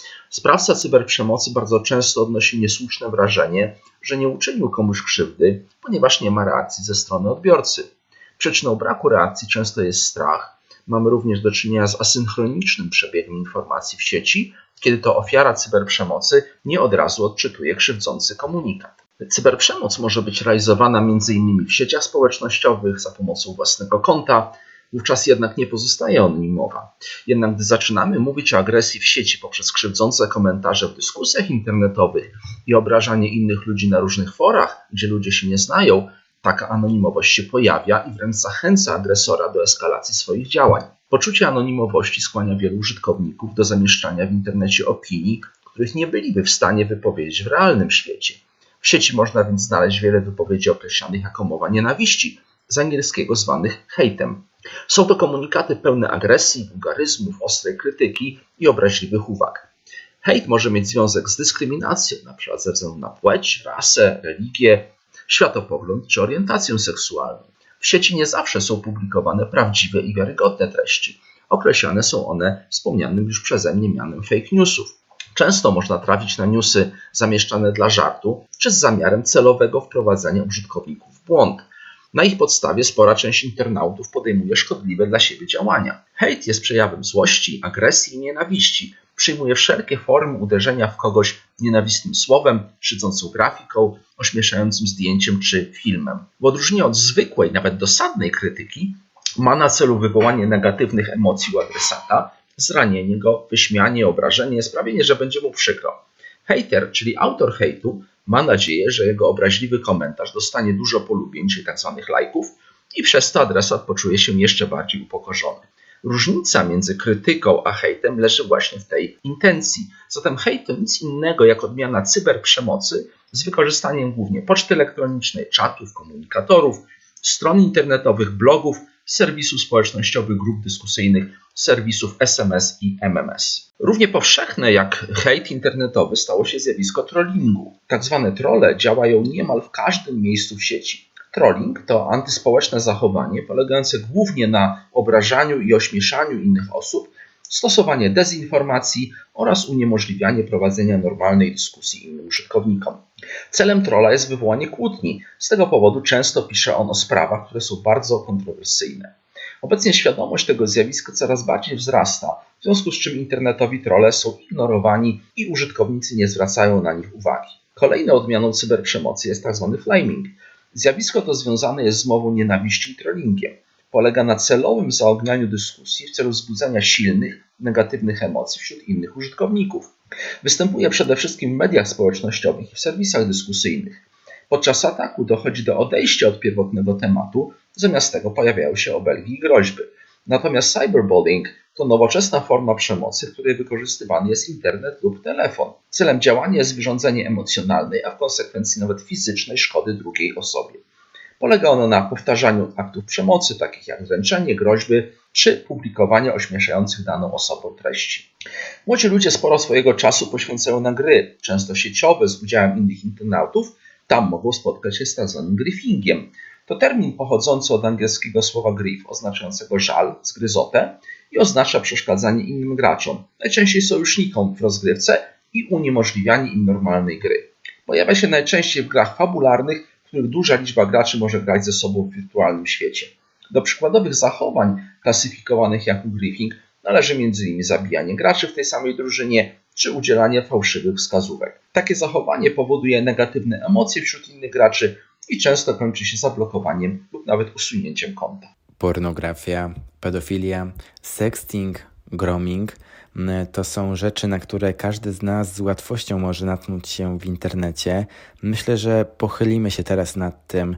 Sprawca cyberprzemocy bardzo często odnosi niesłuszne wrażenie, że nie uczynił komuś krzywdy, ponieważ nie ma reakcji ze strony odbiorcy. Przyczyną braku reakcji często jest strach. Mamy również do czynienia z asynchronicznym przebiegiem informacji w sieci, kiedy to ofiara cyberprzemocy nie od razu odczytuje krzywdzący komunikat. Cyberprzemoc może być realizowana między innymi w sieciach społecznościowych za pomocą własnego konta, wówczas jednak nie pozostaje anonimowa. Jednak gdy zaczynamy mówić o agresji w sieci poprzez krzywdzące komentarze w dyskusjach internetowych i obrażanie innych ludzi na różnych forach, gdzie ludzie się nie znają, taka anonimowość się pojawia i wręcz zachęca agresora do eskalacji swoich działań. Poczucie anonimowości skłania wielu użytkowników do zamieszczania w internecie opinii, których nie byliby w stanie wypowiedzieć w realnym świecie. W sieci można więc znaleźć wiele wypowiedzi określanych jako mowa nienawiści, z angielskiego zwanych hejtem. Są to komunikaty pełne agresji, wulgaryzmów, ostrej krytyki i obraźliwych uwag. Hejt może mieć związek z dyskryminacją, np. ze względu na płeć, rasę, religię, światopogląd czy orientację seksualną. W sieci nie zawsze są publikowane prawdziwe i wiarygodne treści. Określane są one wspomnianym już przeze mnie mianem fake newsów. Często można trafić na newsy zamieszczane dla żartu czy z zamiarem celowego wprowadzenia użytkowników w błąd. Na ich podstawie spora część internautów podejmuje szkodliwe dla siebie działania. Hejt jest przejawem złości, agresji i nienawiści. Przyjmuje wszelkie formy uderzenia w kogoś nienawistnym słowem, szydzącą grafiką, ośmieszającym zdjęciem czy filmem. W odróżnieniu od zwykłej, nawet dosadnej krytyki, ma na celu wywołanie negatywnych emocji u adresata, zranienie go, wyśmianie, obrażenie, sprawienie, że będzie mu przykro. Hejter, czyli autor hejtu, ma nadzieję, że jego obraźliwy komentarz dostanie dużo polubień, czyli tzw. lajków, i przez to adresat poczuje się jeszcze bardziej upokorzony. Różnica między krytyką a hejtem leży właśnie w tej intencji. Zatem hejt to nic innego jak odmiana cyberprzemocy z wykorzystaniem głównie poczty elektronicznej, czatów, komunikatorów, stron internetowych, blogów, serwisów społecznościowych, grup dyskusyjnych, serwisów S M S i M M S. Równie powszechne jak hejt internetowy stało się zjawisko trollingu. Tak zwane trolle działają niemal w każdym miejscu w sieci. Trolling to antyspołeczne zachowanie polegające głównie na obrażaniu i ośmieszaniu innych osób, stosowanie dezinformacji oraz uniemożliwianie prowadzenia normalnej dyskusji innym użytkownikom. Celem trolla jest wywołanie kłótni. Z tego powodu często pisze on o sprawach, które są bardzo kontrowersyjne. Obecnie świadomość tego zjawiska coraz bardziej wzrasta, w związku z czym internetowi trolle są ignorowani i użytkownicy nie zwracają na nich uwagi. Kolejną odmianą cyberprzemocy jest tzw. flaming. Zjawisko to związane jest z mową nienawiści i trollingiem. Polega na celowym zaognianiu dyskusji w celu wzbudzenia silnych, negatywnych emocji wśród innych użytkowników. Występuje przede wszystkim w mediach społecznościowych i w serwisach dyskusyjnych. Podczas ataku dochodzi do odejścia od pierwotnego tematu, zamiast tego pojawiają się obelgi i groźby. Natomiast cyberbullying to nowoczesna forma przemocy, w której wykorzystywany jest internet lub telefon. Celem działania jest wyrządzenie emocjonalnej, a w konsekwencji nawet fizycznej szkody drugiej osobie. Polega ono na powtarzaniu aktów przemocy, takich jak wręczenie, groźby czy publikowanie ośmieszających daną osobę treści. Młodzi ludzie sporo swojego czasu poświęcają na gry, często sieciowe z udziałem innych internautów. Tam mogą spotkać się z tzw. griefingiem. To termin pochodzący od angielskiego słowa grief, oznaczającego żal, zgryzotę i oznacza przeszkadzanie innym graczom, najczęściej sojusznikom w rozgrywce i uniemożliwianie im normalnej gry. Pojawia się najczęściej w grach fabularnych, w których duża liczba graczy może grać ze sobą w wirtualnym świecie. Do przykładowych zachowań klasyfikowanych jako griefing należy między innymi zabijanie graczy w tej samej drużynie czy udzielanie fałszywych wskazówek. Takie zachowanie powoduje negatywne emocje wśród innych graczy i często kończy się zablokowaniem lub nawet usunięciem konta. Pornografia, pedofilia, sexting, grooming to są rzeczy, na które każdy z nas z łatwością może natknąć się w internecie. Myślę, że pochylimy się teraz nad tym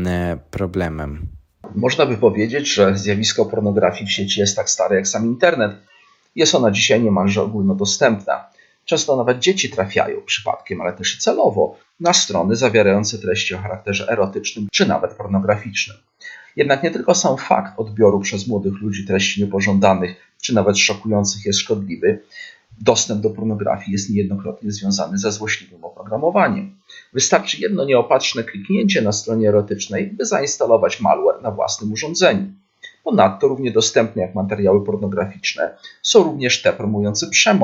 problemem. Można by powiedzieć, że zjawisko pornografii w sieci jest tak stare jak sam internet. Jest ona dzisiaj niemalże ogólnodostępna. Często nawet dzieci trafiają przypadkiem, ale też i celowo, na strony zawierające treści o charakterze erotycznym czy nawet pornograficznym. Jednak nie tylko sam fakt odbioru przez młodych ludzi treści niepożądanych czy nawet szokujących jest szkodliwy. Dostęp do pornografii jest niejednokrotnie związany ze złośliwym oprogramowaniem. Wystarczy jedno nieopatrzne kliknięcie na stronie erotycznej, by zainstalować malware na własnym urządzeniu. Ponadto równie dostępne jak materiały pornograficzne są również te promujące przemoc,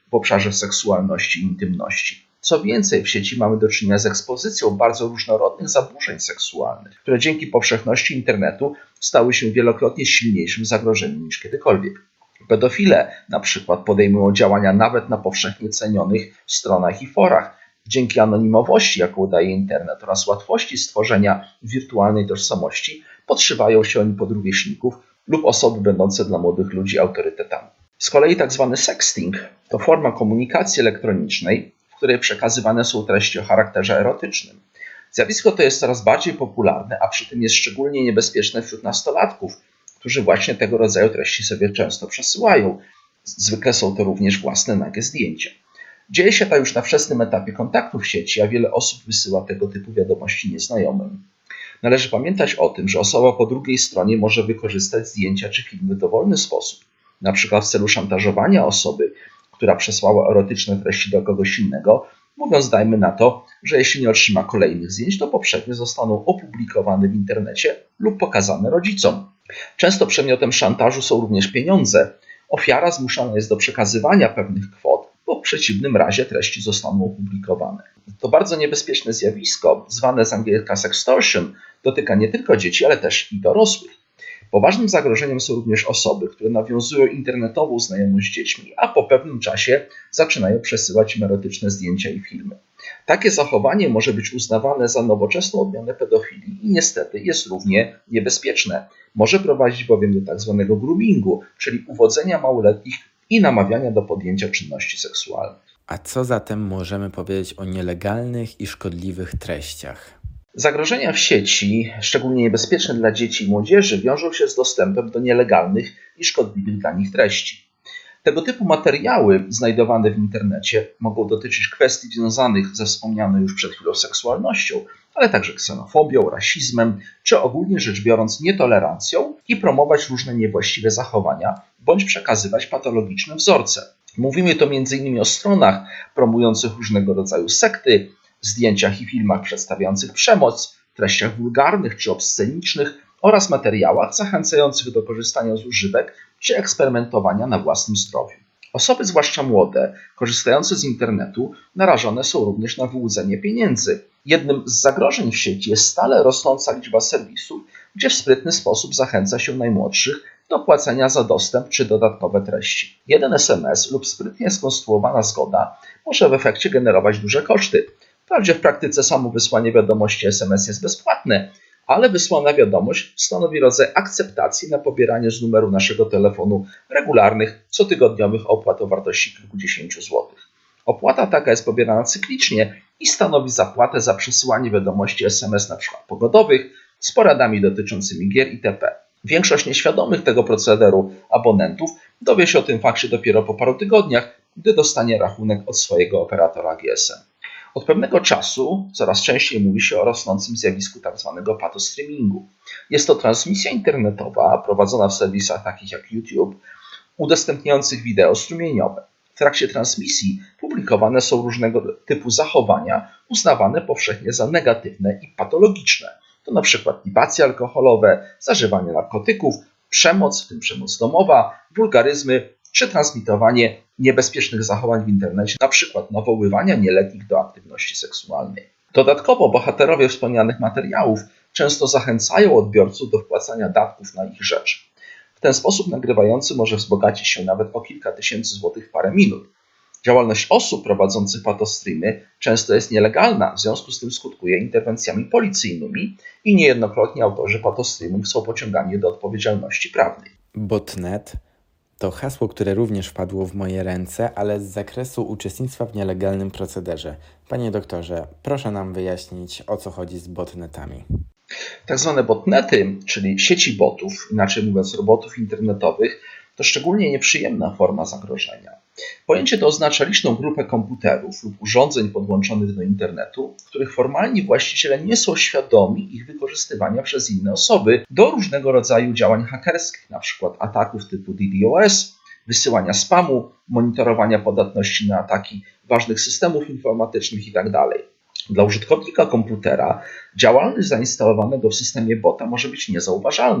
w obszarze seksualności i intymności. Co więcej, w sieci mamy do czynienia z ekspozycją bardzo różnorodnych zaburzeń seksualnych, które dzięki powszechności internetu stały się wielokrotnie silniejszym zagrożeniem niż kiedykolwiek. Pedofile na przykład podejmują działania nawet na powszechnie cenionych stronach i forach. Dzięki anonimowości, jaką daje internet, oraz łatwości stworzenia wirtualnej tożsamości, podszywają się oni pod rówieśników lub osoby będące dla młodych ludzi autorytetami. Z kolei tzw. sexting to forma komunikacji elektronicznej, w której przekazywane są treści o charakterze erotycznym. Zjawisko to jest coraz bardziej popularne, a przy tym jest szczególnie niebezpieczne wśród nastolatków, którzy właśnie tego rodzaju treści sobie często przesyłają. Zwykle są to również własne nagie zdjęcia. Dzieje się to już na wczesnym etapie kontaktu w sieci, a wiele osób wysyła tego typu wiadomości nieznajomym. Należy pamiętać o tym, że osoba po drugiej stronie może wykorzystać zdjęcia czy filmy w dowolny sposób, na przykład w celu szantażowania osoby, która przesłała erotyczne treści do kogoś innego, mówiąc dajmy na to, że jeśli nie otrzyma kolejnych zdjęć, to poprzednie zostaną opublikowane w internecie lub pokazane rodzicom. Często przedmiotem szantażu są również pieniądze. Ofiara zmuszana jest do przekazywania pewnych kwot, bo w przeciwnym razie treści zostaną opublikowane. To bardzo niebezpieczne zjawisko, zwane z angielska sextortion, dotyka nie tylko dzieci, ale też i dorosłych. Poważnym zagrożeniem są również osoby, które nawiązują internetową znajomość z dziećmi, a po pewnym czasie zaczynają przesyłać im erotyczne zdjęcia i filmy. Takie zachowanie może być uznawane za nowoczesną odmianę pedofilii i niestety jest równie niebezpieczne. Może prowadzić bowiem do tzw. groomingu, czyli uwodzenia małoletnich i namawiania do podjęcia czynności seksualnych. A co zatem możemy powiedzieć o nielegalnych i szkodliwych treściach? Zagrożenia w sieci, szczególnie niebezpieczne dla dzieci i młodzieży, wiążą się z dostępem do nielegalnych i szkodliwych dla nich treści. Tego typu materiały znajdowane w internecie mogą dotyczyć kwestii związanych ze wspomnianą już przed chwilą seksualnością, ale także ksenofobią, rasizmem, czy ogólnie rzecz biorąc nietolerancją i promować różne niewłaściwe zachowania, bądź przekazywać patologiczne wzorce. Mówimy tu między innymi o stronach promujących różnego rodzaju sekty, zdjęciach i filmach przedstawiających przemoc, treściach wulgarnych czy obscenicznych oraz materiałach zachęcających do korzystania z używek czy eksperymentowania na własnym zdrowiu. Osoby, zwłaszcza młode, korzystające z internetu, narażone są również na wyłudzenie pieniędzy. Jednym z zagrożeń w sieci jest stale rosnąca liczba serwisów, gdzie w sprytny sposób zachęca się najmłodszych do płacenia za dostęp czy dodatkowe treści. Jeden es em es lub sprytnie skonstruowana zgoda może w efekcie generować duże koszty. Wprawdzie w praktyce samo wysłanie wiadomości es em es jest bezpłatne, ale wysłana wiadomość stanowi rodzaj akceptacji na pobieranie z numeru naszego telefonu regularnych, cotygodniowych opłat o wartości kilkudziesięciu złotych. Opłata taka jest pobierana cyklicznie i stanowi zapłatę za przesyłanie wiadomości es em es np. pogodowych z poradami dotyczącymi gier itp. Większość nieświadomych tego procederu abonentów dowie się o tym fakcie dopiero po paru tygodniach, gdy dostanie rachunek od swojego operatora G S M. Od pewnego czasu coraz częściej mówi się o rosnącym zjawisku tzw. patostreamingu. Jest to transmisja internetowa prowadzona w serwisach takich jak YouTube, udostępniających wideo strumieniowe. W trakcie transmisji publikowane są różnego typu zachowania uznawane powszechnie za negatywne i patologiczne. To na przykład libacje alkoholowe, zażywanie narkotyków, przemoc, w tym przemoc domowa, wulgaryzmy czy transmitowanie niebezpiecznych zachowań w internecie, na przykład nawoływania nieletnich do aktywności seksualnej. Dodatkowo bohaterowie wspomnianych materiałów często zachęcają odbiorców do wpłacania datków na ich rzecz. W ten sposób nagrywający może wzbogacić się nawet o kilka tysięcy złotych w parę minut. Działalność osób prowadzących patostreamy często jest nielegalna, w związku z tym skutkuje interwencjami policyjnymi i niejednokrotnie autorzy patostreamów są pociągani do odpowiedzialności prawnej. Botnet to hasło, które również wpadło w moje ręce, ale z zakresu uczestnictwa w nielegalnym procederze. Panie doktorze, proszę nam wyjaśnić, o co chodzi z botnetami. Tak zwane botnety, czyli sieci botów, inaczej mówiąc robotów internetowych, to szczególnie nieprzyjemna forma zagrożenia. Pojęcie to oznacza liczną grupę komputerów lub urządzeń podłączonych do internetu, których formalni właściciele nie są świadomi ich wykorzystywania przez inne osoby do różnego rodzaju działań hakerskich, np. ataków typu D DoS, wysyłania spamu, monitorowania podatności na ataki ważnych systemów informatycznych itd. Dla użytkownika komputera działalność zainstalowanego w systemie bota może być niezauważalna,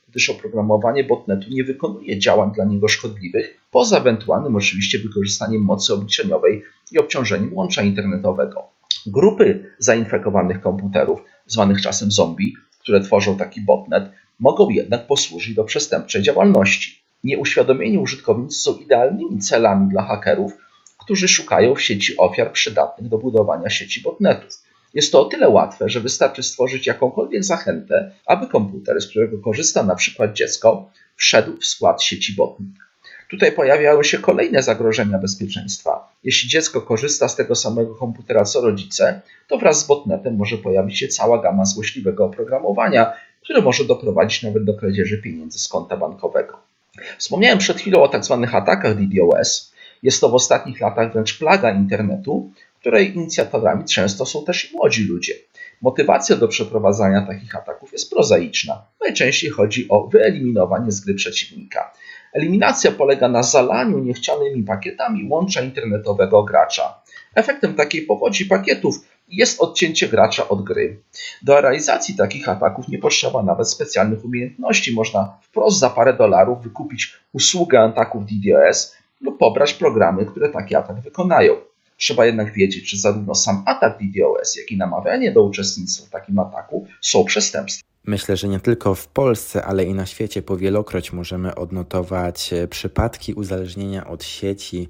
gdyż oprogramowanie botnetu nie wykonuje działań dla niego szkodliwych, poza ewentualnym oczywiście wykorzystaniem mocy obliczeniowej i obciążeniem łącza internetowego. Grupy zainfekowanych komputerów, zwanych czasem zombie, które tworzą taki botnet, mogą jednak posłużyć do przestępczej działalności. Nieuświadomieni użytkownicy są idealnymi celami dla hakerów, którzy szukają w sieci ofiar przydatnych do budowania sieci botnetów. Jest to o tyle łatwe, że wystarczy stworzyć jakąkolwiek zachętę, aby komputer, z którego korzysta na przykład dziecko, wszedł w skład sieci botnet. Tutaj pojawiają się kolejne zagrożenia bezpieczeństwa. Jeśli dziecko korzysta z tego samego komputera co rodzice, to wraz z botnetem może pojawić się cała gama złośliwego oprogramowania, które może doprowadzić nawet do kradzieży pieniędzy z konta bankowego. Wspomniałem przed chwilą o tzw. atakach DDoS. Jest to w ostatnich latach wręcz plaga internetu, której inicjatorami często są też i młodzi ludzie. Motywacja do przeprowadzania takich ataków jest prozaiczna. Najczęściej chodzi o wyeliminowanie z gry przeciwnika. Eliminacja polega na zalaniu niechcianymi pakietami łącza internetowego gracza. Efektem takiej powodzi pakietów jest odcięcie gracza od gry. Do realizacji takich ataków nie potrzeba nawet specjalnych umiejętności. Można wprost za parę dolarów wykupić usługę ataków DDoS lub pobrać programy, które taki atak wykonają. Trzeba jednak wiedzieć, że zarówno sam atak DDoS, jak i namawianie do uczestnictwa w takim ataku są przestępstwem. Myślę, że nie tylko w Polsce, ale i na świecie powielokroć możemy odnotować przypadki uzależnienia od sieci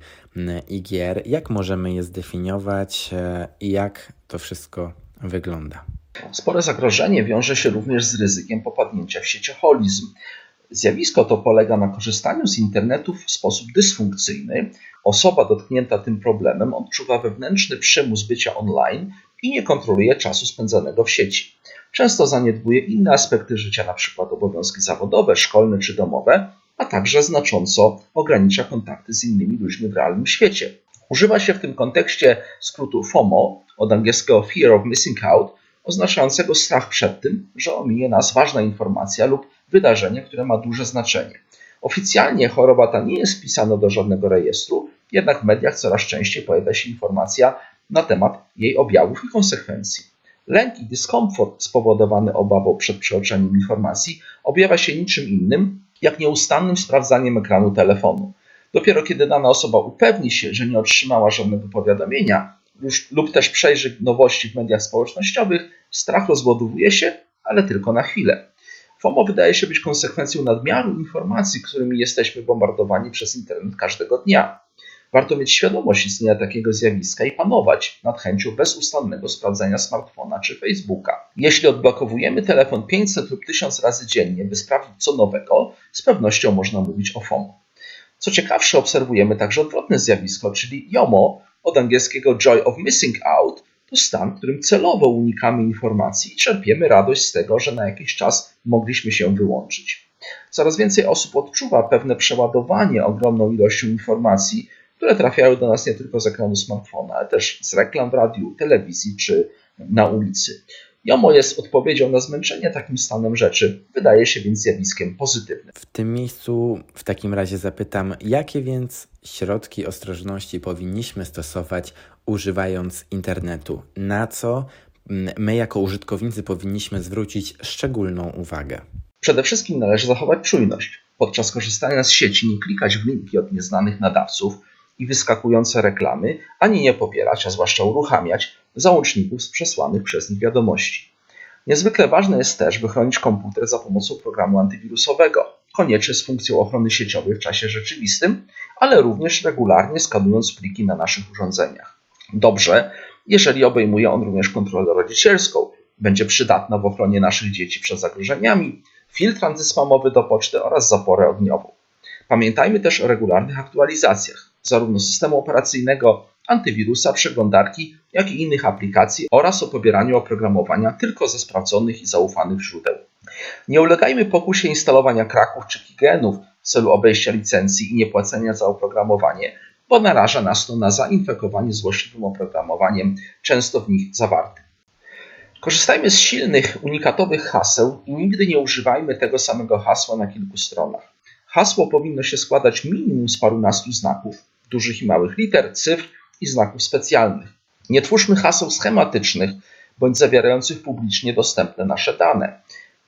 i gier. Jak możemy je zdefiniować i jak to wszystko wygląda? Spore zagrożenie wiąże się również z ryzykiem popadnięcia w siecioholizm. Zjawisko to polega na korzystaniu z internetu w sposób dysfunkcyjny. Osoba dotknięta tym problemem odczuwa wewnętrzny przymus bycia online i nie kontroluje czasu spędzanego w sieci. Często zaniedbuje inne aspekty życia, np. obowiązki zawodowe, szkolne czy domowe, a także znacząco ogranicza kontakty z innymi ludźmi w realnym świecie. Używa się w tym kontekście skrótu FOMO, od angielskiego Fear of Missing Out, oznaczającego strach przed tym, że ominie nas ważna informacja lub wydarzenie, które ma duże znaczenie. Oficjalnie choroba ta nie jest wpisana do żadnego rejestru, jednak w mediach coraz częściej pojawia się informacja na temat jej objawów i konsekwencji. Lęk i dyskomfort spowodowany obawą przed przeoczeniem informacji objawia się niczym innym, jak nieustannym sprawdzaniem ekranu telefonu. Dopiero kiedy dana osoba upewni się, że nie otrzymała żadnego powiadomienia lub też przejrzy nowości w mediach społecznościowych, strach rozładowuje się, ale tylko na chwilę. FOMO wydaje się być konsekwencją nadmiaru informacji, którymi jesteśmy bombardowani przez internet każdego dnia. Warto mieć świadomość istnienia takiego zjawiska i panować nad chęcią bezustannego sprawdzania smartfona czy Facebooka. Jeśli odblokowujemy telefon pięćset lub tysiąc razy dziennie, by sprawdzić co nowego, z pewnością można mówić o FOMO. Co ciekawsze, obserwujemy także odwrotne zjawisko, czyli JOMO, od angielskiego Joy of Missing Out, to stan, w którym celowo unikamy informacji i czerpiemy radość z tego, że na jakiś czas mogliśmy się wyłączyć. Coraz więcej osób odczuwa pewne przeładowanie ogromną ilością informacji, które trafiają do nas nie tylko z ekranu smartfona, ale też z reklam w radiu, telewizji czy na ulicy. JOMO jest odpowiedzią na zmęczenie takim stanem rzeczy, wydaje się więc zjawiskiem pozytywnym. W tym miejscu w takim razie zapytam, jakie więc środki ostrożności powinniśmy stosować używając internetu? Na co my jako użytkownicy powinniśmy zwrócić szczególną uwagę? Przede wszystkim należy zachować czujność. Podczas korzystania z sieci nie klikać w linki od nieznanych nadawców i wyskakujące reklamy, ani nie pobierać, a zwłaszcza uruchamiać załączników z przesłanych przez nich wiadomości. Niezwykle ważne jest też, by chronić komputer za pomocą programu antywirusowego, koniecznie z funkcją ochrony sieciowej w czasie rzeczywistym, ale również regularnie skanując pliki na naszych urządzeniach. Dobrze, jeżeli obejmuje on również kontrolę rodzicielską, będzie przydatna w ochronie naszych dzieci przed zagrożeniami, filtr antyspamowy do poczty oraz zaporę ogniową. Pamiętajmy też o regularnych aktualizacjach, zarówno systemu operacyjnego, antywirusa, przeglądarki, jak i innych aplikacji oraz o pobieraniu oprogramowania tylko ze sprawdzonych i zaufanych źródeł. Nie ulegajmy pokusie instalowania kraków czy kigenów w celu obejścia licencji i niepłacenia za oprogramowanie, bo naraża nas to na zainfekowanie złośliwym oprogramowaniem, często w nich zawartym. Korzystajmy z silnych, unikatowych haseł i nigdy nie używajmy tego samego hasła na kilku stronach. Hasło powinno się składać minimum z parunastu znaków, dużych i małych liter, cyfr i znaków specjalnych. Nie twórzmy haseł schematycznych bądź zawierających publicznie dostępne nasze dane.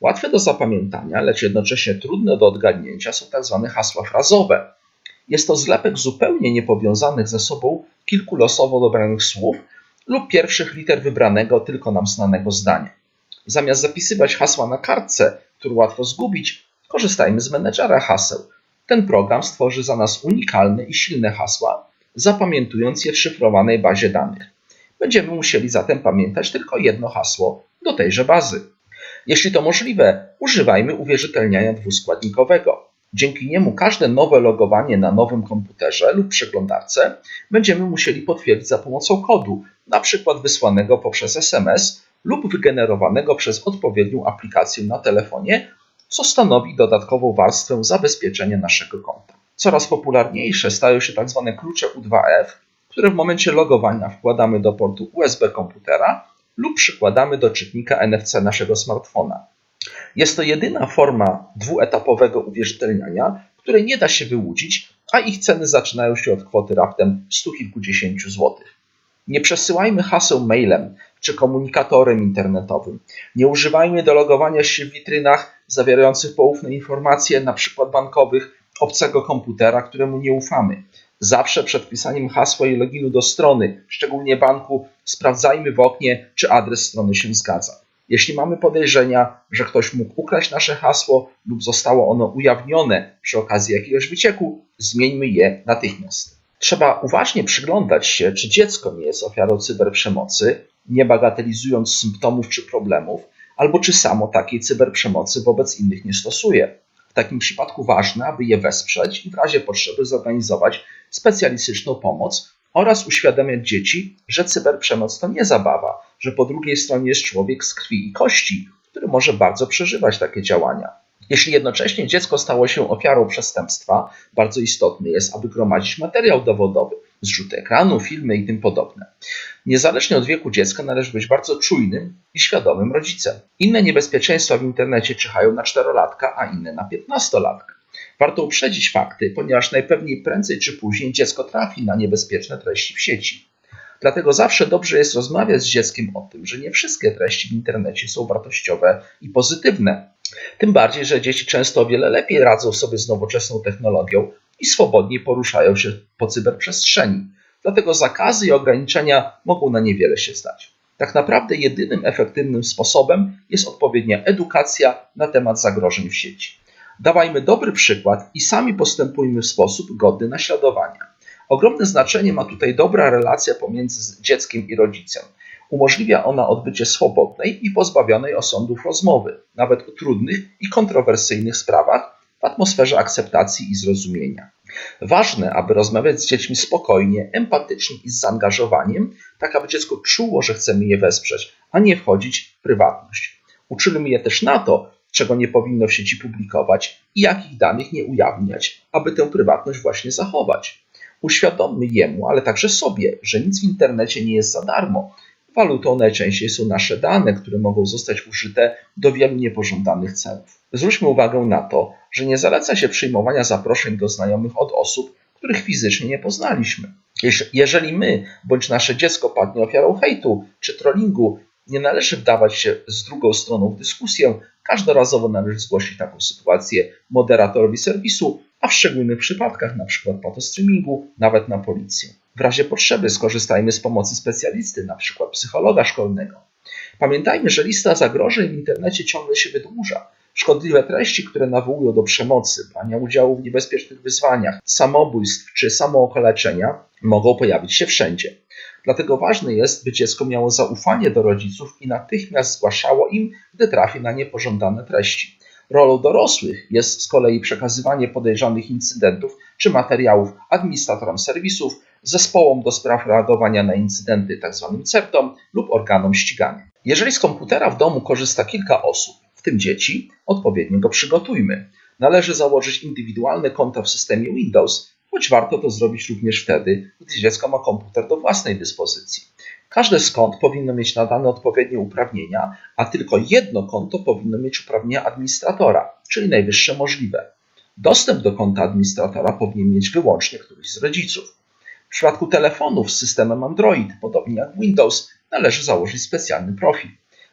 Łatwe do zapamiętania, lecz jednocześnie trudne do odgadnięcia są tzw. hasła frazowe. Jest to zlepek zupełnie niepowiązanych ze sobą kilku losowo dobranych słów lub pierwszych liter wybranego, tylko nam znanego zdania. Zamiast zapisywać hasła na kartce, które łatwo zgubić, korzystajmy z menedżera haseł. Ten program stworzy za nas unikalne i silne hasła, zapamiętując je w szyfrowanej bazie danych. Będziemy musieli zatem pamiętać tylko jedno hasło do tejże bazy. Jeśli to możliwe, używajmy uwierzytelniania dwuskładnikowego. Dzięki niemu każde nowe logowanie na nowym komputerze lub przeglądarce będziemy musieli potwierdzić za pomocą kodu, np. wysłanego poprzez es em es lub wygenerowanego przez odpowiednią aplikację na telefonie, co stanowi dodatkową warstwę zabezpieczenia naszego konta. Coraz popularniejsze stają się tzw. klucze U dwa F, które w momencie logowania wkładamy do portu U S B komputera lub przykładamy do czytnika N F C naszego smartfona. Jest to jedyna forma dwuetapowego uwierzytelniania, której nie da się wyłudzić, a ich ceny zaczynają się od kwoty raptem stu kilkudziesięciu złotych. Nie przesyłajmy haseł mailem czy komunikatorem internetowym. Nie używajmy do logowania się w witrynach zawierających poufne informacje, np. bankowych, obcego komputera, któremu nie ufamy. Zawsze przed wpisaniem hasła i loginu do strony, szczególnie banku, sprawdzajmy w oknie, czy adres strony się zgadza. Jeśli mamy podejrzenia, że ktoś mógł ukraść nasze hasło lub zostało ono ujawnione przy okazji jakiegoś wycieku, zmieńmy je natychmiast. Trzeba uważnie przyglądać się, czy dziecko nie jest ofiarą cyberprzemocy, nie bagatelizując symptomów czy problemów, albo czy samo takiej cyberprzemocy wobec innych nie stosuje. W takim przypadku ważne, aby je wesprzeć i w razie potrzeby zorganizować specjalistyczną pomoc oraz uświadamiać dzieci, że cyberprzemoc to nie zabawa, że po drugiej stronie jest człowiek z krwi i kości, który może bardzo przeżywać takie działania. Jeśli jednocześnie dziecko stało się ofiarą przestępstwa, bardzo istotne jest, aby gromadzić materiał dowodowy, zrzuty ekranu, filmy i tym podobne. Niezależnie od wieku dziecka należy być bardzo czujnym i świadomym rodzicem. Inne niebezpieczeństwa w internecie czyhają na czterolatka, a inne na piętnastolatka. Warto uprzedzić fakty, ponieważ najpewniej prędzej czy później dziecko trafi na niebezpieczne treści w sieci. Dlatego zawsze dobrze jest rozmawiać z dzieckiem o tym, że nie wszystkie treści w internecie są wartościowe i pozytywne. Tym bardziej, że dzieci często o wiele lepiej radzą sobie z nowoczesną technologią i swobodniej poruszają się po cyberprzestrzeni. Dlatego zakazy i ograniczenia mogą na niewiele się zdać. Tak naprawdę jedynym efektywnym sposobem jest odpowiednia edukacja na temat zagrożeń w sieci. Dawajmy dobry przykład i sami postępujmy w sposób godny naśladowania. Ogromne znaczenie ma tutaj dobra relacja pomiędzy dzieckiem i rodzicem. Umożliwia ona odbycie swobodnej i pozbawionej osądów rozmowy, nawet o trudnych i kontrowersyjnych sprawach, w atmosferze akceptacji i zrozumienia. Ważne, aby rozmawiać z dziećmi spokojnie, empatycznie i z zaangażowaniem, tak aby dziecko czuło, że chcemy je wesprzeć, a nie wchodzić w prywatność. Uczymy je też na to, czego nie powinno w sieci publikować i jakich danych nie ujawniać, aby tę prywatność właśnie zachować. Uświadommy jemu, ale także sobie, że nic w internecie nie jest za darmo. Walutą najczęściej są nasze dane, które mogą zostać użyte do wielu niepożądanych celów. Zwróćmy uwagę na to, że nie zaleca się przyjmowania zaproszeń do znajomych od osób, których fizycznie nie poznaliśmy. Jeżeli my bądź nasze dziecko padnie ofiarą hejtu czy trollingu, nie należy wdawać się z drugą stroną w dyskusję, każdorazowo należy zgłosić taką sytuację moderatorowi serwisu, a w szczególnych przypadkach, np. po to streamingu, nawet na policję. W razie potrzeby skorzystajmy z pomocy specjalisty, np. psychologa szkolnego. Pamiętajmy, że lista zagrożeń w internecie ciągle się wydłuża. Szkodliwe treści, które nawołują do przemocy, brania udziału w niebezpiecznych wyzwaniach, samobójstw czy samookaleczenia mogą pojawić się wszędzie. Dlatego ważne jest, by dziecko miało zaufanie do rodziców i natychmiast zgłaszało im, gdy trafi na niepożądane treści. Rolą dorosłych jest z kolei przekazywanie podejrzanych incydentów czy materiałów administratorom serwisów, zespołom do spraw reagowania na incydenty, tzw. certom lub organom ścigania. Jeżeli z komputera w domu korzysta kilka osób, w tym dzieci, odpowiednio go przygotujmy. Należy założyć indywidualne konto w systemie Windows, choć warto to zrobić również wtedy, gdy dziecko ma komputer do własnej dyspozycji. Każde z kont powinno mieć nadane odpowiednie uprawnienia, a tylko jedno konto powinno mieć uprawnienia administratora, czyli najwyższe możliwe. Dostęp do konta administratora powinien mieć wyłącznie któryś z rodziców. W przypadku telefonów z systemem Android, podobnie jak Windows, należy założyć specjalny profil.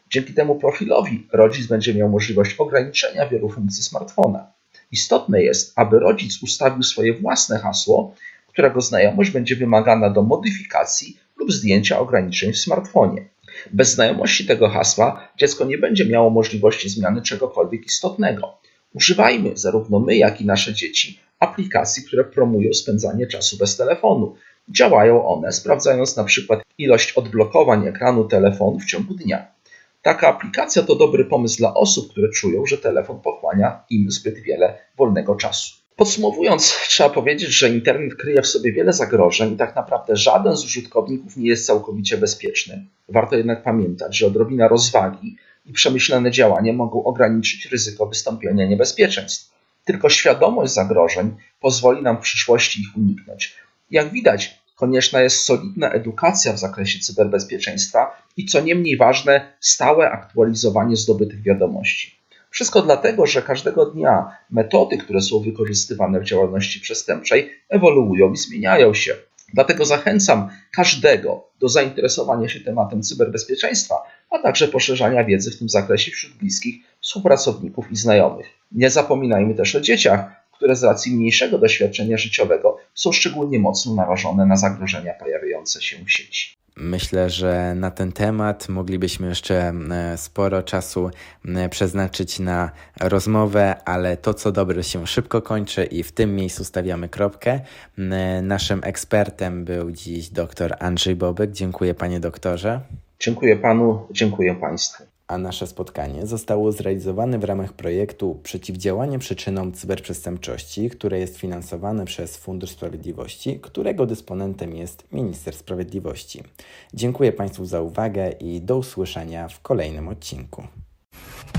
Dzięki temu profilowi rodzic będzie miał możliwość ograniczenia wielu funkcji smartfona. Istotne jest, aby rodzic ustawił swoje własne hasło, którego znajomość będzie wymagana do modyfikacji lub zdjęcia ograniczeń w smartfonie. Bez znajomości tego hasła dziecko nie będzie miało możliwości zmiany czegokolwiek istotnego. Używajmy, zarówno my, jak i nasze dzieci, aplikacji, które promują spędzanie czasu bez telefonu. Działają one, sprawdzając na przykład ilość odblokowań ekranu telefonu w ciągu dnia. Taka aplikacja to dobry pomysł dla osób, które czują, że telefon pochłania im zbyt wiele wolnego czasu. Podsumowując, trzeba powiedzieć, że internet kryje w sobie wiele zagrożeń i tak naprawdę żaden z użytkowników nie jest całkowicie bezpieczny. Warto jednak pamiętać, że odrobina rozwagi i przemyślane działania mogą ograniczyć ryzyko wystąpienia niebezpieczeństw. Tylko świadomość zagrożeń pozwoli nam w przyszłości ich uniknąć. Jak widać, konieczna jest solidna edukacja w zakresie cyberbezpieczeństwa i co nie mniej ważne, stałe aktualizowanie zdobytych wiadomości. Wszystko dlatego, że każdego dnia metody, które są wykorzystywane w działalności przestępczej, ewoluują i zmieniają się. Dlatego zachęcam każdego do zainteresowania się tematem cyberbezpieczeństwa, a także poszerzania wiedzy w tym zakresie wśród bliskich, współpracowników i znajomych. Nie zapominajmy też o dzieciach, które z racji mniejszego doświadczenia życiowego są szczególnie mocno narażone na zagrożenia pojawiające się w sieci. Myślę, że na ten temat moglibyśmy jeszcze sporo czasu przeznaczyć na rozmowę, ale to co dobre się szybko kończy i w tym miejscu stawiamy kropkę. Naszym ekspertem był dziś dr Andrzej Bobek. Dziękuję panie doktorze. Dziękuję panu, dziękuję państwu. A nasze spotkanie zostało zrealizowane w ramach projektu Przeciwdziałanie przyczynom cyberprzestępczości, które jest finansowane przez Fundusz Sprawiedliwości, którego dysponentem jest Minister Sprawiedliwości. Dziękuję państwu za uwagę i do usłyszenia w kolejnym odcinku.